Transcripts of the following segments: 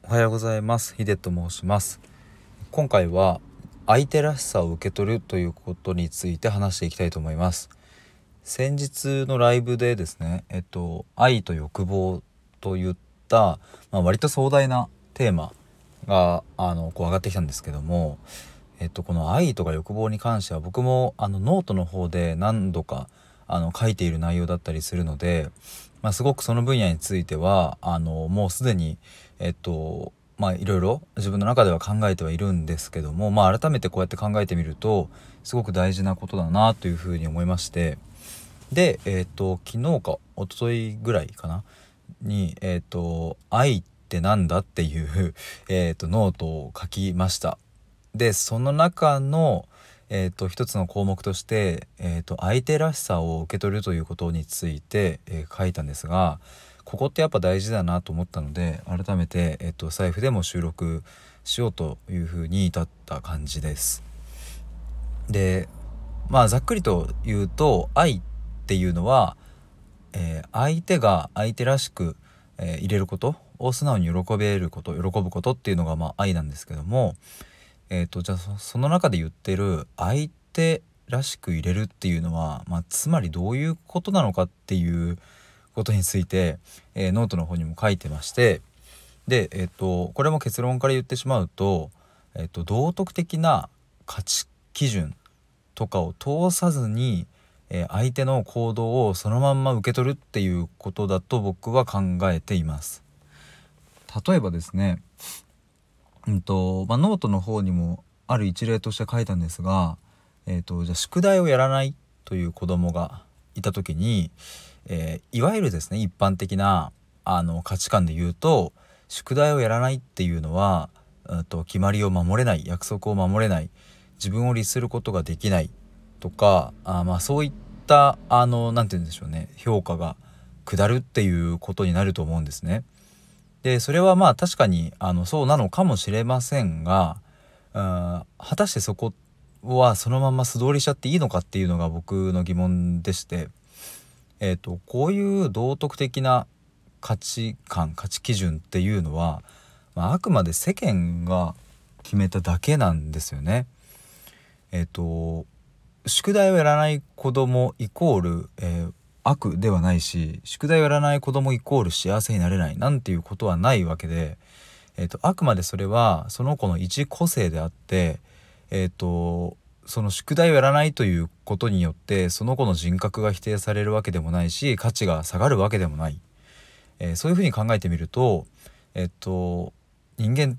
おはようございます。ヒデと申します。今回は相手らしさを受け取るということについて話していきたいと思います。先日のライブでですね、愛と欲望といった、割と壮大なテーマが上がってきたんですけども、この愛とか欲望に関しては僕もノートの方で何度か書いている内容だったりするので、すごくその分野についてはもうすでにいろいろ自分の中では考えてはいるんですけども、改めてこうやって考えてみるとすごく大事なことだなというふうに思いまして、で昨日か一昨日ぐらいかなに愛ってなんだっていうノートを書きました。でその中の一つの項目として、相手らしさを受け取るということについて、書いたんですが、ここってやっぱ大事だなと思ったので改めて、財布でも収録しようというふうに至った感じです。でざっくりと言うと愛っていうのは、相手が相手らしく、入れることを素直に喜ぶことっていうのが愛なんですけども、じゃあその中で言ってる相手らしく入れるっていうのは、つまりどういうことなのかっていうことについて、ノートの方にも書いてまして、で、これも結論から言ってしまうと、道徳的な価値基準とかを通さずに、相手の行動をそのまんま受け取るっていうことだと僕は考えています。例えばですね、ノートの方にもある一例として書いたんですが、じゃあ宿題をやらないという子供がいた時に、いわゆるですね一般的な価値観で言うと、宿題をやらないっていうのは、決まりを守れない、約束を守れない、自分を律することができないとか、そういったなんて言うんでしょうね、評価が下るっていうことになると思うんですね。でそれは確かにそうなのかもしれませんが、果たしてそこはそのまま素通りしちゃっていいのかっていうのが僕の疑問でして、こういう道徳的な価値観、価値基準っていうのは、あくまで世間が決めただけなんですよね。宿題をやらない子供イコール、悪ではないし、宿題をやらない子供イコール幸せになれないなんていうことはないわけで、あくまでそれはその子の一個性であって、その宿題をやらないということによってその子の人格が否定されるわけでもないし、価値が下がるわけでもない、そういうふうに考えてみると、人間って、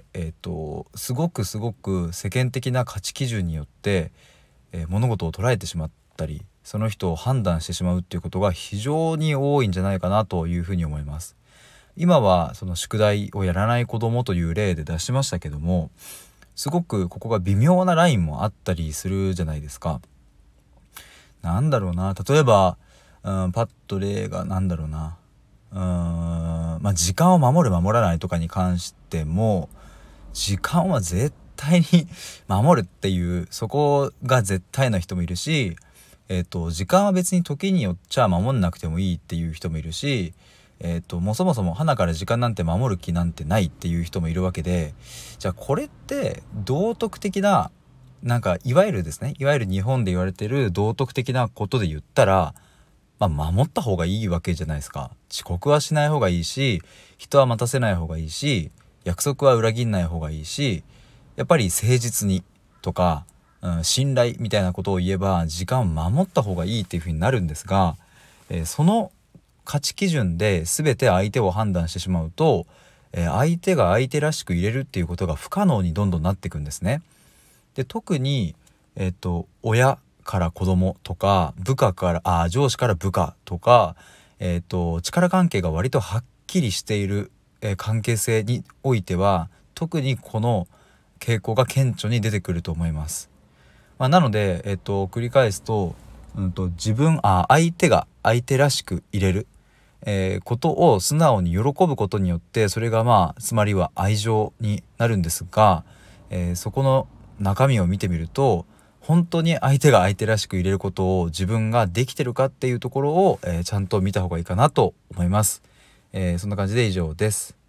すごく世間的な価値基準によって、物事を捉えてしまったり、その人を判断してしまうっていうことが非常に多いんじゃないかなというふうに思います。今はその宿題をやらない子供という例で出しましたけども、すごくここが微妙なラインもあったりするじゃないですか。なんだろうな、例えば、パッと例がなんだろうな、時間を守る守らないとかに関しても、時間は絶対に守るっていう、そこが絶対な人もいるし、時間は別に時によっちゃ守んなくてもいいっていう人もいるし、もうそもそも花から時間なんて守る気なんてないっていう人もいるわけで、じゃあこれって道徳的な、いわゆるですね、いわゆる日本で言われてる道徳的なことで言ったら、守った方がいいわけじゃないですか。遅刻はしない方がいいし、人は待たせない方がいいし、約束は裏切んない方がいいし、やっぱり誠実にとか、信頼みたいなことを言えば時間を守った方がいいっていう風になるんですが、その価値基準で全て相手を判断してしまうと、相手が相手らしく入れるっていうことが不可能にどんどんなっていくんですね。で特に、親から子供とか上司から部下とか、力関係が割とはっきりしている、関係性においては特にこの傾向が顕著に出てくると思います。なので、繰り返すと、相手が相手らしく入れる、ことを素直に喜ぶことによって、それがつまりは愛情になるんですが、そこの中身を見てみると、本当に相手が相手らしく入れることを自分ができてるかっていうところを、ちゃんと見た方がいいかなと思います。そんな感じで以上です。